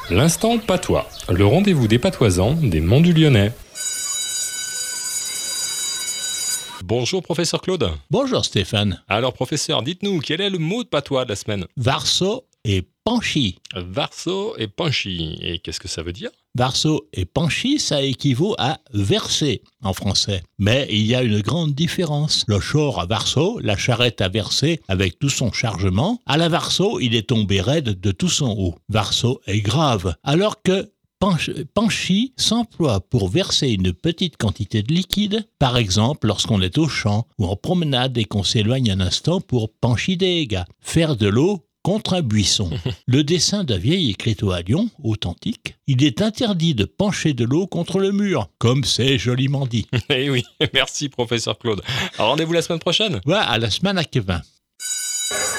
L'instant patois, le rendez-vous des patoisans des Monts du Lyonnais. Bonjour professeur Claude. Bonjour Stéphane. Alors professeur, dites-nous, quel est le mot de patois de la semaine ? Varso et Panchi. Varso et Panchi. Et qu'est-ce que ça veut dire ? Varso et Panchi, ça équivaut à verser en français. Mais il y a une grande différence. Le char à Varso, la charrette à verser avec tout son chargement, à la Varso, il est tombé raide de tout son haut. Varso est grave, alors que Panchi s'emploie pour verser une petite quantité de liquide, par exemple lorsqu'on est au champ ou en promenade et qu'on s'éloigne un instant pour panchidega, faire de l'eau contre un buisson. Le dessin d'un vieil écriteau à Lyon, authentique, il est interdit de pencher de l'eau contre le mur, comme c'est joliment dit. Eh oui, merci professeur Claude. Alors rendez-vous la semaine prochaine. Voilà, à la semaine à Kevin.